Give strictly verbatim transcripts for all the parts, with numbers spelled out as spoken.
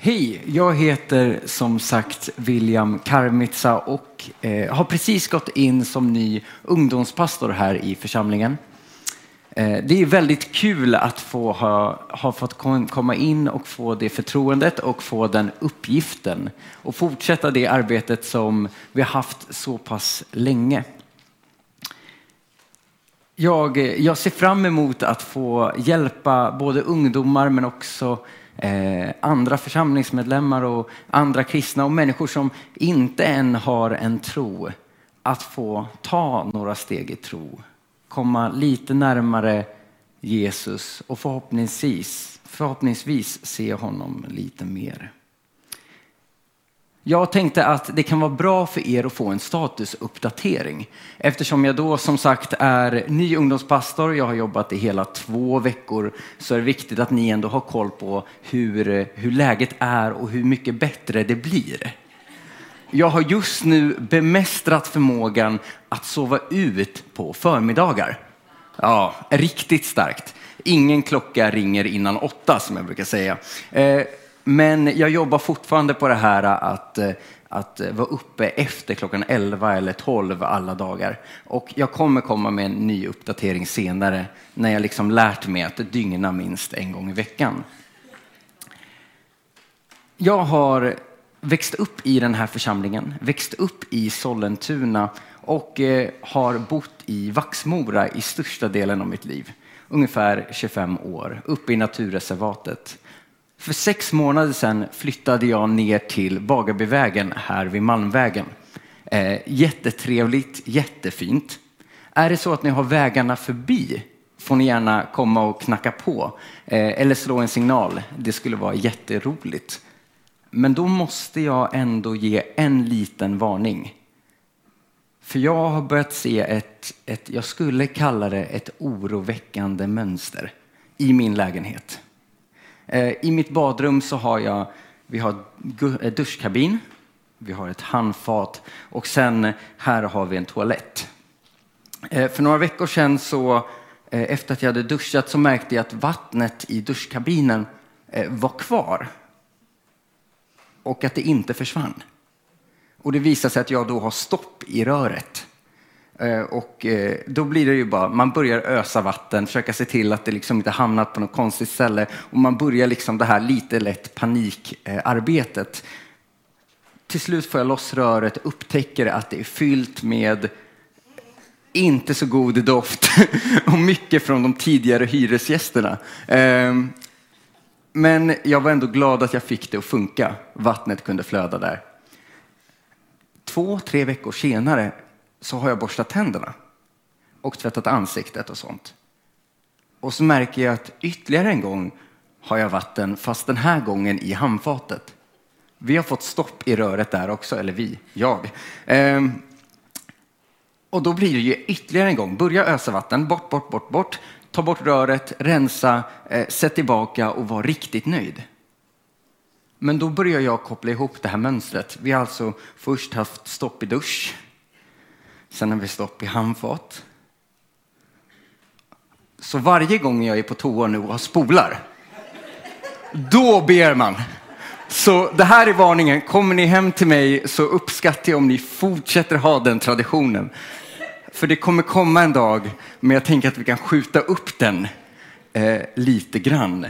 Hej, jag heter som sagt William Karmitsa och eh, har precis gått in som ny ungdomspastor här i församlingen. Eh, det är väldigt kul att få ha, ha fått kom, komma in och få det förtroendet och få den uppgiften och fortsätta det arbetet som vi har haft så pass länge. Jag, jag ser fram emot att få hjälpa både ungdomar men också Eh, andra församlingsmedlemmar och andra kristna och människor som inte än har en tro att få ta några steg i tro, komma lite närmare Jesus och förhoppningsvis, förhoppningsvis se honom lite mer. Jag tänkte att det kan vara bra för er att få en statusuppdatering eftersom jag då som sagt är ny ungdomspastor. Jag har jobbat i hela två veckor så är det viktigt att ni ändå har koll på hur, hur läget är och hur mycket bättre det blir. Jag har just nu bemästrat förmågan att sova ut på förmiddagar. Ja, riktigt starkt. Ingen klocka ringer innan åtta som jag brukar säga. Eh, Men jag jobbar fortfarande på det här att, att vara uppe efter klockan elva eller tolv alla dagar. Och jag kommer komma med en ny uppdatering senare när jag liksom lärt mig att dygna minst en gång i veckan. Jag har växt upp i den här församlingen, växt upp i Sollentuna och har bott i Vaxmora i största delen av mitt liv. Ungefär tjugofem år, uppe i naturreservatet. För sex månader sedan flyttade jag ner till Bagarbyvägen här vid Malmvägen. Eh, jättetrevligt, jättefint. Är det så att ni har vägarna förbi får ni gärna komma och knacka på. Eh, eller slå en signal. Det skulle vara jätteroligt. Men då måste jag ändå ge en liten varning. För jag har börjat se ett, ett jag skulle kalla det ett oroväckande mönster i min lägenhet. I mitt badrum så har jag, vi har duschkabin, vi har ett handfat och sen här har vi en toalett. För några veckor sedan så, efter att jag hade duschat så märkte jag att vattnet i duschkabinen var kvar. Och att det inte försvann. Och det visar sig att jag då har stopp i röret. Och då blir det ju bara, man börjar ösa vatten, försöka se till att det liksom inte hamnar på något konstigt ställe. Och man börjar liksom det här lite lätt panikarbetet. Till slut får jag loss röret, upptäcker att det är fyllt med inte så god doft. Och mycket från de tidigare hyresgästerna. Men jag var ändå glad att jag fick det att funka. Vattnet kunde flöda där. Två, tre veckor senare så har jag borstat tänderna och tvättat ansiktet och sånt. Och så märker jag att ytterligare en gång har jag vatten, fast den här gången i handfatet. Vi har fått stopp i röret där också, eller vi, jag. Ehm, och då blir det ju ytterligare en gång, börja ösa vatten, bort, bort, bort, bort. Ta bort röret, rensa, eh, sätt tillbaka och var riktigt nöjd. Men då börjar jag koppla ihop det här mönstret. Vi har alltså först haft stopp i dusch. Sen har vi stopp i handfat. Så varje gång jag är på toa nu och har spolar, då ber man. Så det här är varningen. Kommer ni hem till mig så uppskattar jag om ni fortsätter ha den traditionen. För det kommer komma en dag, men jag tänker att vi kan skjuta upp den eh, lite grann.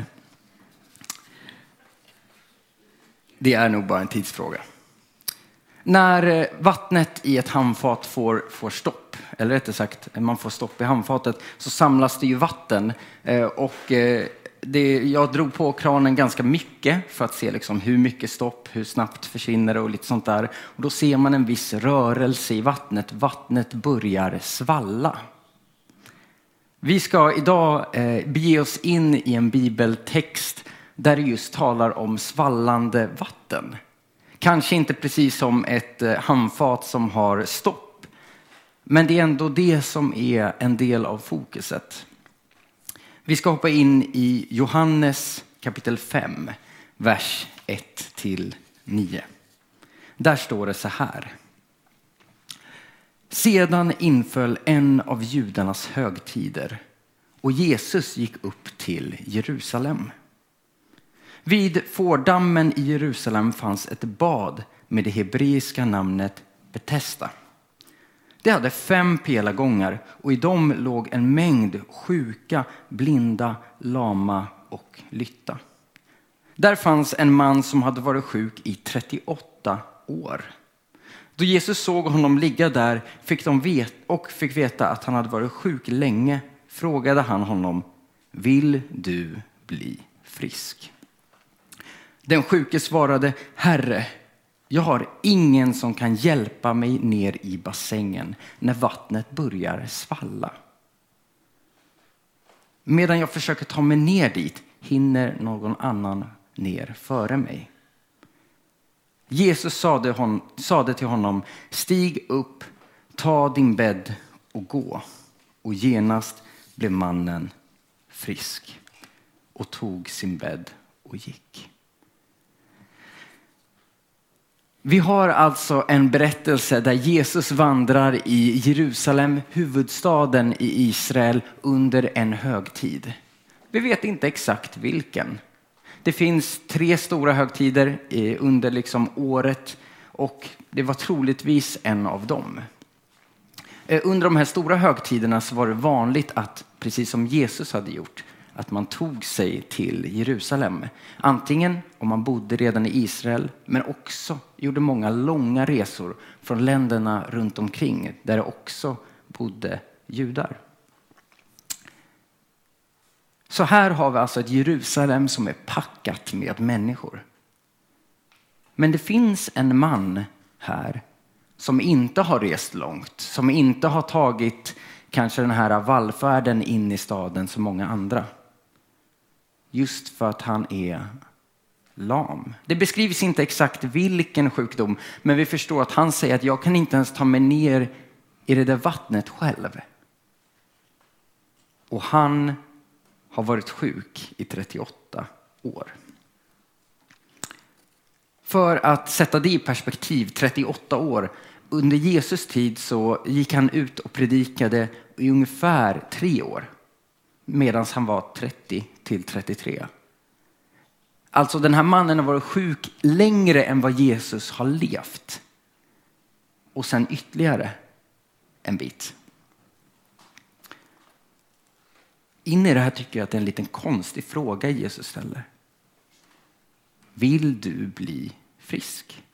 Det är nog bara en tidsfråga. När vattnet i ett handfat får, får stopp, eller rättare sagt man får stopp i handfatet, så samlas det ju vatten. Och det, jag drog på kranen ganska mycket för att se liksom hur mycket stopp, hur snabbt försvinner det och lite sånt där. Och då ser man en viss rörelse i vattnet. Vattnet börjar svalla. Vi ska idag eh, bege oss in i en bibeltext där det just talar om svallande vatten. Kanske inte precis som ett handfat som har stopp. Men det är ändå det som är en del av fokuset. Vi ska hoppa in i Johannes kapitel fem, vers ett till nio. Där står det så här. Sedan inföll en av judarnas högtider och Jesus gick upp till Jerusalem. Vid Fårdammen i Jerusalem fanns ett bad med det hebreiska namnet Betesda. Det hade fem pelargångar och i dem låg en mängd sjuka, blinda, lama och lytta. Där fanns en man som hade varit sjuk i trettioåtta år. Då Jesus såg honom ligga där fick de vet och fick veta att han hade varit sjuk länge, frågade han honom: vill du bli frisk? Den sjuke svarade: Herre, jag har ingen som kan hjälpa mig ner i bassängen när vattnet börjar svalla. Medan jag försöker ta mig ner dit hinner någon annan ner före mig. Jesus sade, hon, sade till honom: stig upp, ta din bädd och gå. Och genast blev mannen frisk och tog sin bädd och gick. Vi har alltså en berättelse där Jesus vandrar i Jerusalem, huvudstaden i Israel, under en högtid. Vi vet inte exakt vilken. Det finns tre stora högtider under liksom året och det var troligtvis en av dem. Under de här stora högtiderna så var det vanligt att, precis som Jesus hade gjort, att man tog sig till Jerusalem. Antingen om man bodde redan i Israel, men också gjorde många långa resor från länderna runt omkring där det också bodde judar. Så här har vi alltså ett Jerusalem som är packat med människor. Men det finns en man här som inte har rest långt, som inte har tagit kanske den här vallfärden in i staden som många andra. Just för att han är lam. Det beskrivs inte exakt vilken sjukdom, men vi förstår att han säger att jag kan inte ens ta mig ner i det där vattnet själv. Och han har varit sjuk i trettioåtta år. För att sätta det i perspektiv, trettioåtta år. Under Jesus tid så gick han ut och predikade i ungefär tre år. Medan han var trettio till trettiotre. Alltså den här mannen har varit sjuk längre än vad Jesus har levt. Och sen ytterligare en bit. In i det här tycker jag att det är en liten konstig fråga Jesus ställer. Vill du bli frisk?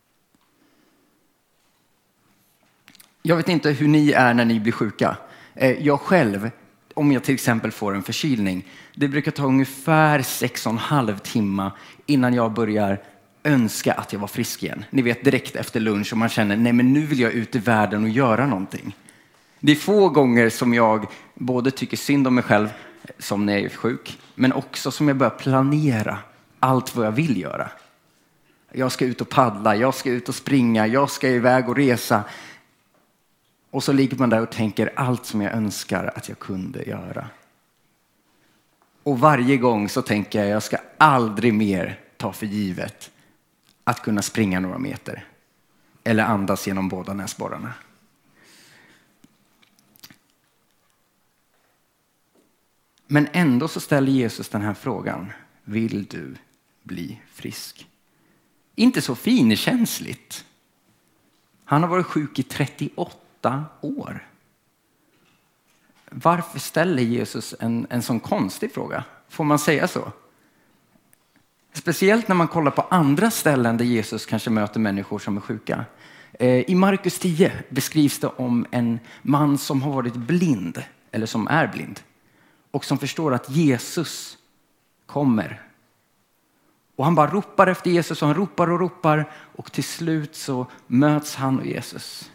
Jag vet inte hur ni är när ni blir sjuka. Jag själv, om jag till exempel får en förkylning, det brukar ta ungefär sex och en halv timme innan jag börjar önska att jag var frisk igen. Ni vet, direkt efter lunch och man känner, nej men nu vill jag ut i världen och göra någonting. Det är få gånger som jag både tycker synd om mig själv, som när jag är sjuk, men också som jag börjar planera allt vad jag vill göra. Jag ska ut och paddla, jag ska ut och springa, jag ska iväg och resa. Och så ligger man där och tänker allt som jag önskar att jag kunde göra. Och varje gång så tänker jag, jag ska aldrig mer ta för givet att kunna springa några meter. Eller andas genom båda näsborrarna. Men ändå så ställer Jesus den här frågan. Vill du bli frisk? Inte så finkänsligt. Han har varit sjuk i trettioåtta år. Varför ställer Jesus en, en sån konstig fråga? Får man säga så? Speciellt när man kollar på andra ställen där Jesus kanske möter människor som är sjuka. I Markus tio beskrivs det om en man som har varit blind, eller som är blind. Och som förstår att Jesus kommer. Och han bara ropar efter Jesus och han ropar och ropar. Och till slut så möts han och Jesus.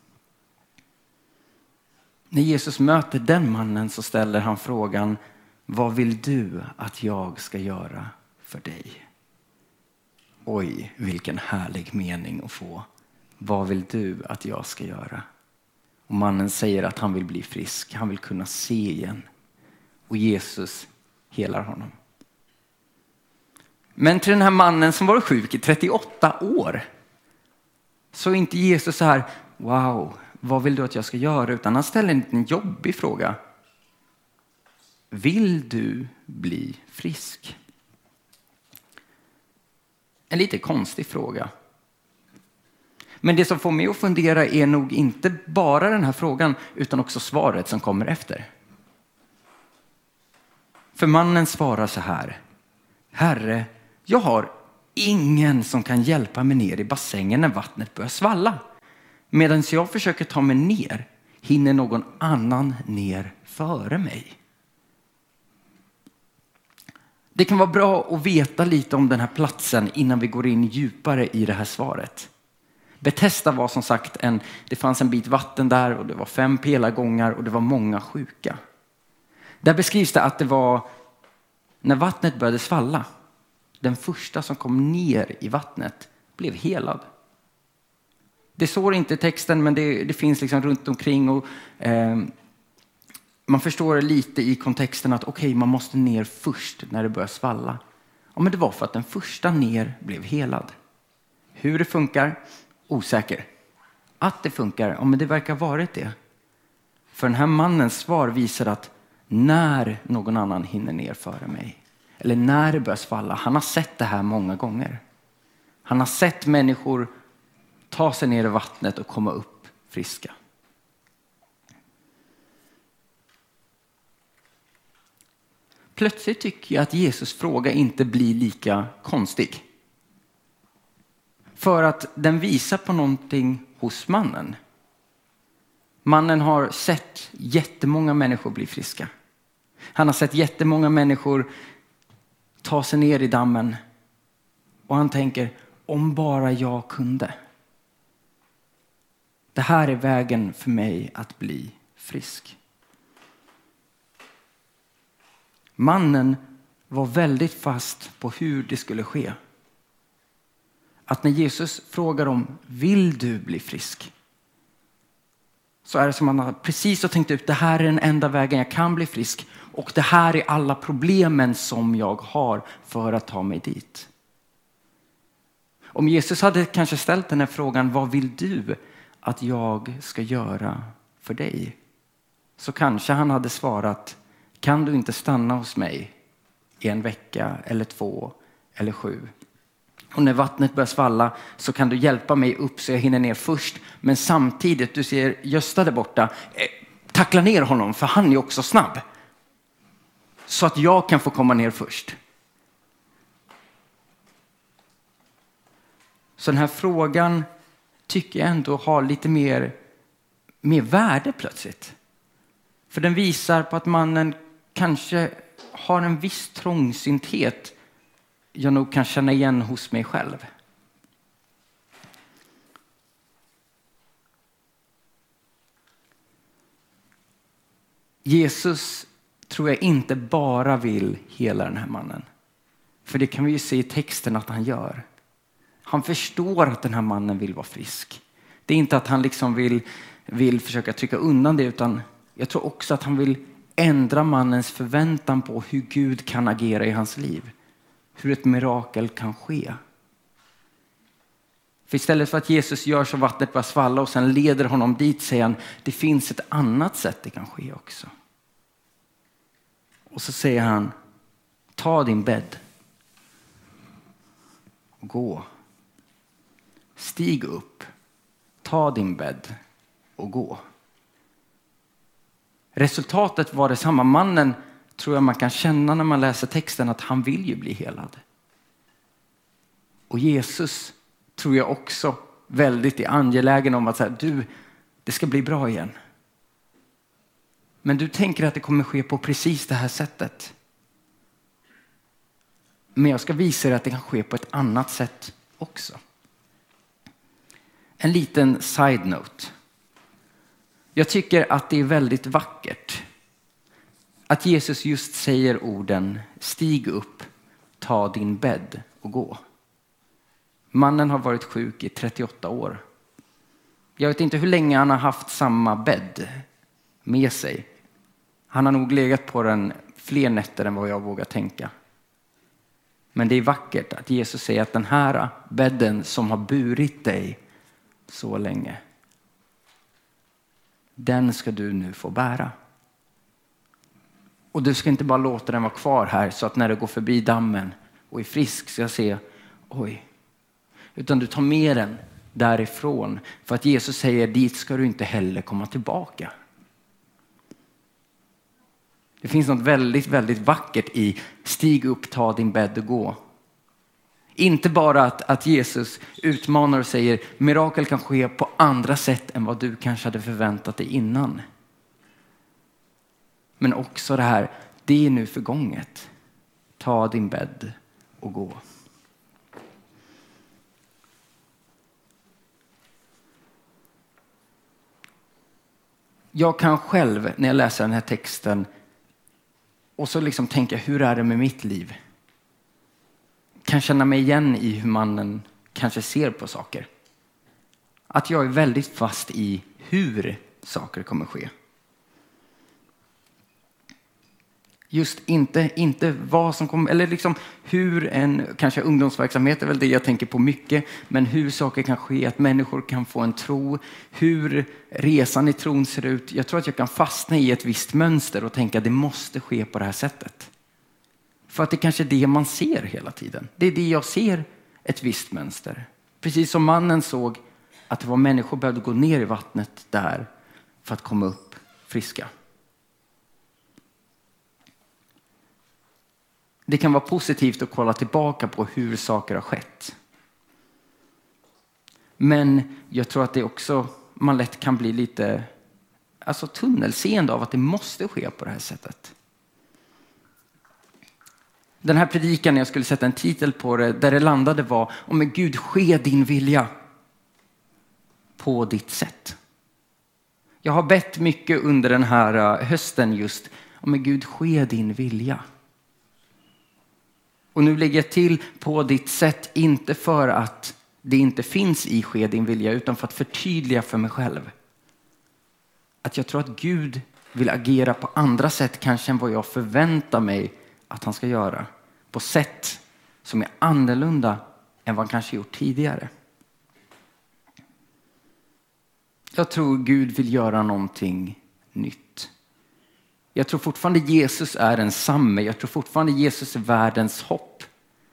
När Jesus möter den mannen så ställer han frågan. Vad vill du att jag ska göra för dig? Oj, vilken härlig mening att få. Vad vill du att jag ska göra? Och mannen säger att han vill bli frisk. Han vill kunna se igen. Och Jesus helar honom. Men till den här mannen som var sjuk i trettioåtta år. Så är inte Jesus så här, wow, vad vill du att jag ska göra? Utan han ställer en jobbig fråga. Vill du bli frisk? En lite konstig fråga. Men det som får mig att fundera är nog inte bara den här frågan utan också svaret som kommer efter. För mannen svarar så här: Herre, jag har ingen som kan hjälpa mig ner i bassängen när vattnet börjar svalla. Medan jag försöker ta mig ner hinner någon annan ner före mig. Det kan vara bra att veta lite om den här platsen innan vi går in djupare i det här svaret. Betesda var som sagt en, det fanns en bit vatten där och det var fem pelargångar och det var många sjuka. Där beskrivs det att det var när vattnet började svalla. Den första som kom ner i vattnet blev helad. Det står inte i texten, men det, det finns liksom runt omkring och eh, man förstår lite i kontexten att okej, okay, man måste ner först när det börjar svalla. Ja, men det var för att den första ner blev helad. Hur det funkar? Osäker. Att det funkar? Ja, men det verkar varit det. För den här mannens svar visar att när någon annan hinner ner före mig, eller när det börjar svalla, han har sett det här många gånger. Han har sett människor ta sig ner i vattnet och komma upp friska. Plötsligt tycker jag att Jesus fråga inte blir lika konstig. För att den visar på någonting hos mannen. Mannen har sett jättemånga människor bli friska. Han har sett jättemånga människor ta sig ner i dammen. Och han tänker, om bara jag kunde. Det här är vägen för mig att bli frisk. Mannen var väldigt fast på hur det skulle ske. Att när Jesus frågar om, vill du bli frisk? Så är det som att han precis har tänkt ut, det här är den enda vägen jag kan bli frisk. Och det här är alla problemen som jag har för att ta mig dit. Om Jesus hade kanske ställt den här frågan, vad vill du att jag ska göra för dig? Så kanske han hade svarat, kan du inte stanna hos mig i en vecka eller två eller sju? Och när vattnet börjar svalla så kan du hjälpa mig upp så jag hinner ner först. Men samtidigt, du ser Gösta där borta, eh, tackla ner honom för han är också snabb. Så att jag kan få komma ner först. Så den här frågan tycker jag ändå har lite mer, mer värde plötsligt. För den visar på att mannen kanske har en viss trångsynthet jag nog kan känna igen hos mig själv. Jesus tror jag inte bara vill hela den här mannen. För det kan vi ju se i texten att han gör. Han förstår att den här mannen vill vara frisk. Det är inte att han liksom vill, vill försöka trycka undan det, utan jag tror också att han vill ändra mannens förväntan på hur Gud kan agera i hans liv. Hur ett mirakel kan ske. För istället för att Jesus gör så vattnet börjar svalla och sen leder honom dit, säger han, det finns ett annat sätt det kan ske också. Och så säger han, ta din bädd och gå. Stig upp, ta din bädd och gå. Resultatet var det samma. Mannen tror jag man kan känna när man läser texten att han vill ju bli helad. Och Jesus tror jag också väldigt är angelägen om att säga, du, det ska bli bra igen. Men du tänker att det kommer ske på precis det här sättet. Men jag ska visa dig att det kan ske på ett annat sätt också. En liten side note. Jag tycker att det är väldigt vackert att Jesus just säger orden, stig upp, ta din bädd och gå. Mannen har varit sjuk i trettioåtta år. Jag vet inte hur länge han har haft samma bädd med sig. Han har nog legat på den fler nätter än vad jag vågar tänka. Men det är vackert att Jesus säger att den här bädden som har burit dig så länge, den ska du nu få bära. Och du ska inte bara låta den vara kvar här så att när du går förbi dammen och är frisk ska jag se, oj, Utan du tar med den därifrån. För att Jesus säger, dit ska du inte heller komma tillbaka. Det finns något väldigt, väldigt vackert i stig upp, ta din bädd och gå. Inte bara att, att Jesus utmanar och säger, mirakel kan ske på andra sätt än vad du kanske hade förväntat dig innan. Men också det här, det är nu förgånget. Ta din bädd och gå. Jag kan själv, när jag läser den här texten, och så liksom tänka, hur är det med mitt liv? Kan känna mig igen i hur mannen kanske ser på saker. Att jag är väldigt fast i hur saker kommer ske. Just inte, inte vad som kommer, eller liksom hur en, kanske ungdomsverksamhet är väl det jag tänker på mycket, men hur saker kan ske, att människor kan få en tro, hur resan i tron ser ut. Jag tror att jag kan fastna i ett visst mönster och tänka att det måste ske på det här sättet. För att det kanske är det man ser hela tiden. Det är det jag ser, ett visst mönster. Precis som mannen såg att det var människor behövde gå ner i vattnet där för att komma upp friska. Det kan vara positivt att kolla tillbaka på hur saker har skett. Men jag tror att det också, man lätt kan bli lite alltså tunnelseende av att det måste ske på det här sättet. Den här predikan, jag skulle sätta en titel på det, där det landade var, om men Gud, ske din vilja på ditt sätt. Jag har bett mycket under den här hösten just, om men Gud, ske din vilja. Och nu lägger jag till på ditt sätt, inte för att det inte finns i ske din vilja, utan för att förtydliga för mig själv. Att jag tror att Gud vill agera på andra sätt kanske än vad jag förväntar mig att han ska göra. På sätt som är annorlunda än vad han kanske gjort tidigare. Jag tror Gud vill göra någonting nytt. Jag tror fortfarande Jesus är densamme. Jag tror fortfarande Jesus är världens hopp.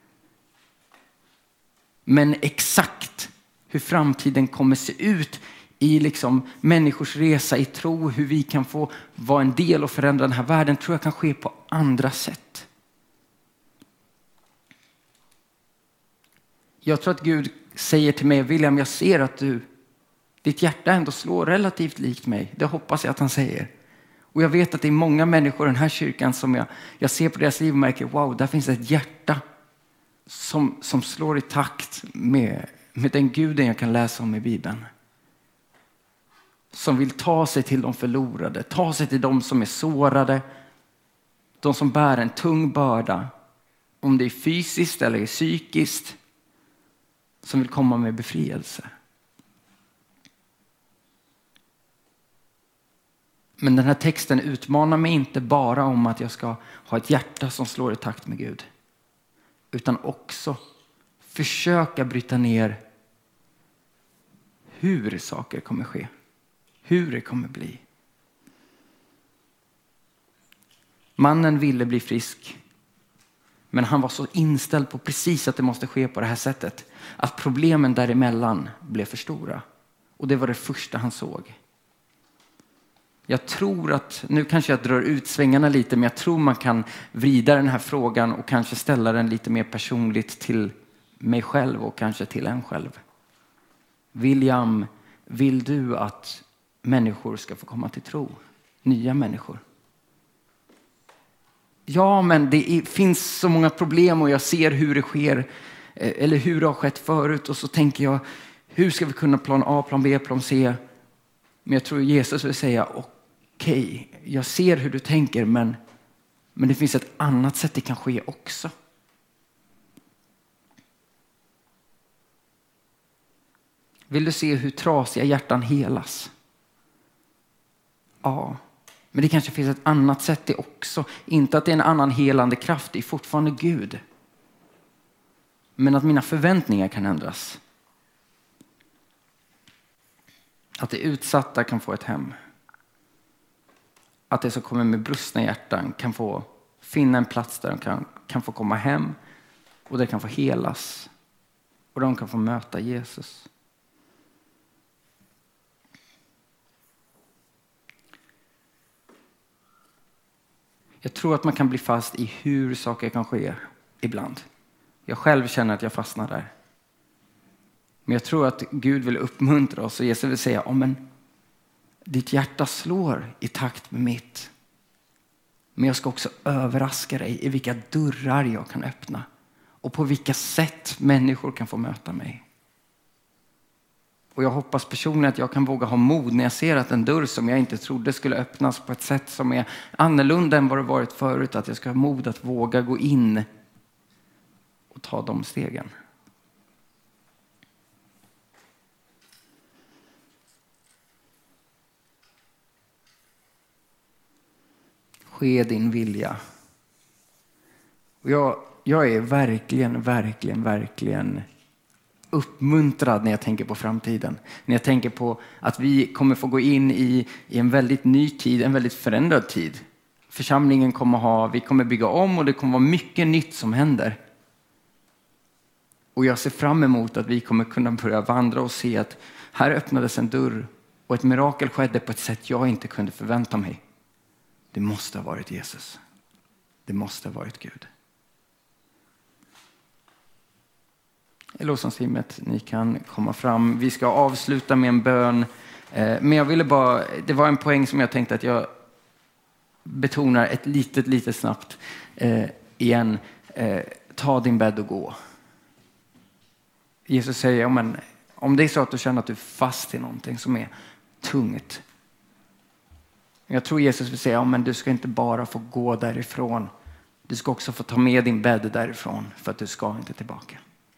Men exakt hur framtiden kommer se ut i liksom människors resa i tro, hur vi kan få vara en del och förändra den här världen, tror jag kan ske på andra sätt. Jag tror att Gud säger till mig, William, jag ser att du, ditt hjärta ändå slår relativt likt mig. Det hoppas jag att han säger. Och jag vet att det är många människor i den här kyrkan som jag, jag ser på deras liv och märker, wow, där finns ett hjärta som, som slår i takt med, med den guden jag kan läsa om i Bibeln. Som vill ta sig till de förlorade, ta sig till de som är sårade, de som bär en tung börda, om det är fysiskt eller psykiskt, som vill komma med befrielse. Men den här texten utmanar mig inte bara om att jag ska ha ett hjärta som slår i takt med Gud. Utan också försöka bryta ner hur saker kommer ske. Hur det kommer bli. Mannen ville bli frisk. Men han var så inställd på precis att det måste ske på det här sättet. Att problemen däremellan blev för stora. Och det var det första han såg. Jag tror att, nu kanske jag drar ut svängarna lite, men jag tror man kan vrida den här frågan och kanske ställa den lite mer personligt till mig själv och kanske till en själv. William, vill du att människor ska få komma till tro? Nya människor. Ja, men det är, finns så många problem och jag ser hur det sker eller hur det har skett förut och så tänker jag, hur ska vi kunna plan A, plan B, plan C? Men jag tror Jesus vill säga, okej, okay, jag ser hur du tänker, men, men det finns ett annat sätt det kan ske också. Vill du se hur trasiga hjärtan helas? Ja, men det kanske finns ett annat sätt det också. Inte att det är en annan helande kraft, det är fortfarande Gud. Men att mina förväntningar kan ändras. Att det utsatta kan få ett hem. Att det som kommer med brustna hjärtan kan få finna en plats där de kan, kan få komma hem. Och det kan få helas. och de kan få möta Jesus. Jag tror att man kan bli fast i hur saker kan ske ibland. Jag själv känner att jag fastnar där. Men jag tror att Gud vill uppmuntra oss och Jesus vill säga, oh, men ditt hjärta slår i takt med mitt. Men jag ska också överraska dig i vilka dörrar jag kan öppna. Och på vilka sätt människor kan få möta mig. Och jag hoppas personligen att jag kan våga ha mod när jag ser att en dörr som jag inte trodde skulle öppnas på ett sätt som är annorlunda än vad det varit förut. Att jag ska ha mod att våga gå in och ta de stegen. Ske din vilja. Och jag, jag är verkligen, verkligen, verkligen uppmuntrad när jag tänker på framtiden. När jag tänker på att vi kommer få gå in i, i en väldigt ny tid, en väldigt förändrad tid. Församlingen kommer ha, vi kommer bygga om och det kommer vara mycket nytt som händer. Och jag ser fram emot att vi kommer kunna börja vandra och se att här öppnades en dörr och ett mirakel skedde på ett sätt jag inte kunde förvänta mig. Det måste ha varit Jesus. Det måste ha varit Gud. I lovsångsteamet, ni kan komma fram. Vi ska avsluta med en bön. Men jag ville bara, det var en poäng som jag tänkte att jag betonar ett litet, litet snabbt eh, igen. Eh, ta din bädd och gå. Jesus säger, ja, men, om det är så att du känner att du är fast i någonting som är tungt. Jag tror Jesus vill säga, ja, men du ska inte bara få gå därifrån. Du ska också få ta med din bädd därifrån för att du ska inte tillbaka.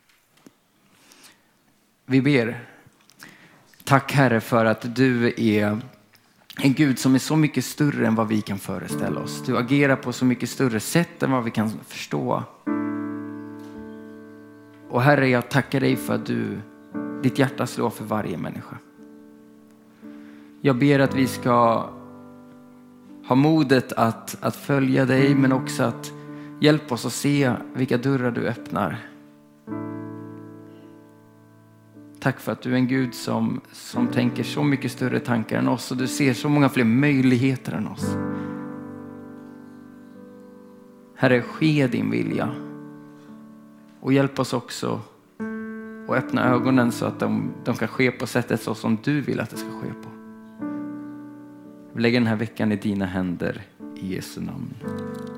Vi ber. Tack Herre för att du är en Gud som är så mycket större än vad vi kan föreställa oss. Du agerar på så mycket större sätt än vad vi kan förstå. Och Herre, jag tackar dig för att du, ditt hjärta slår för varje människa. Jag ber att vi ska ha modet att, att följa dig, men också att hjälpa oss att se vilka dörrar du öppnar. Tack för att du är en Gud som, som tänker så mycket större tankar än oss. Och du ser så många fler möjligheter än oss. Herre, ske din vilja. Och hjälp oss också att öppna ögonen så att de, de kan ske på sättet så som du vill att det ska ske på. Vi lägger den här veckan i dina händer. I Jesu namn.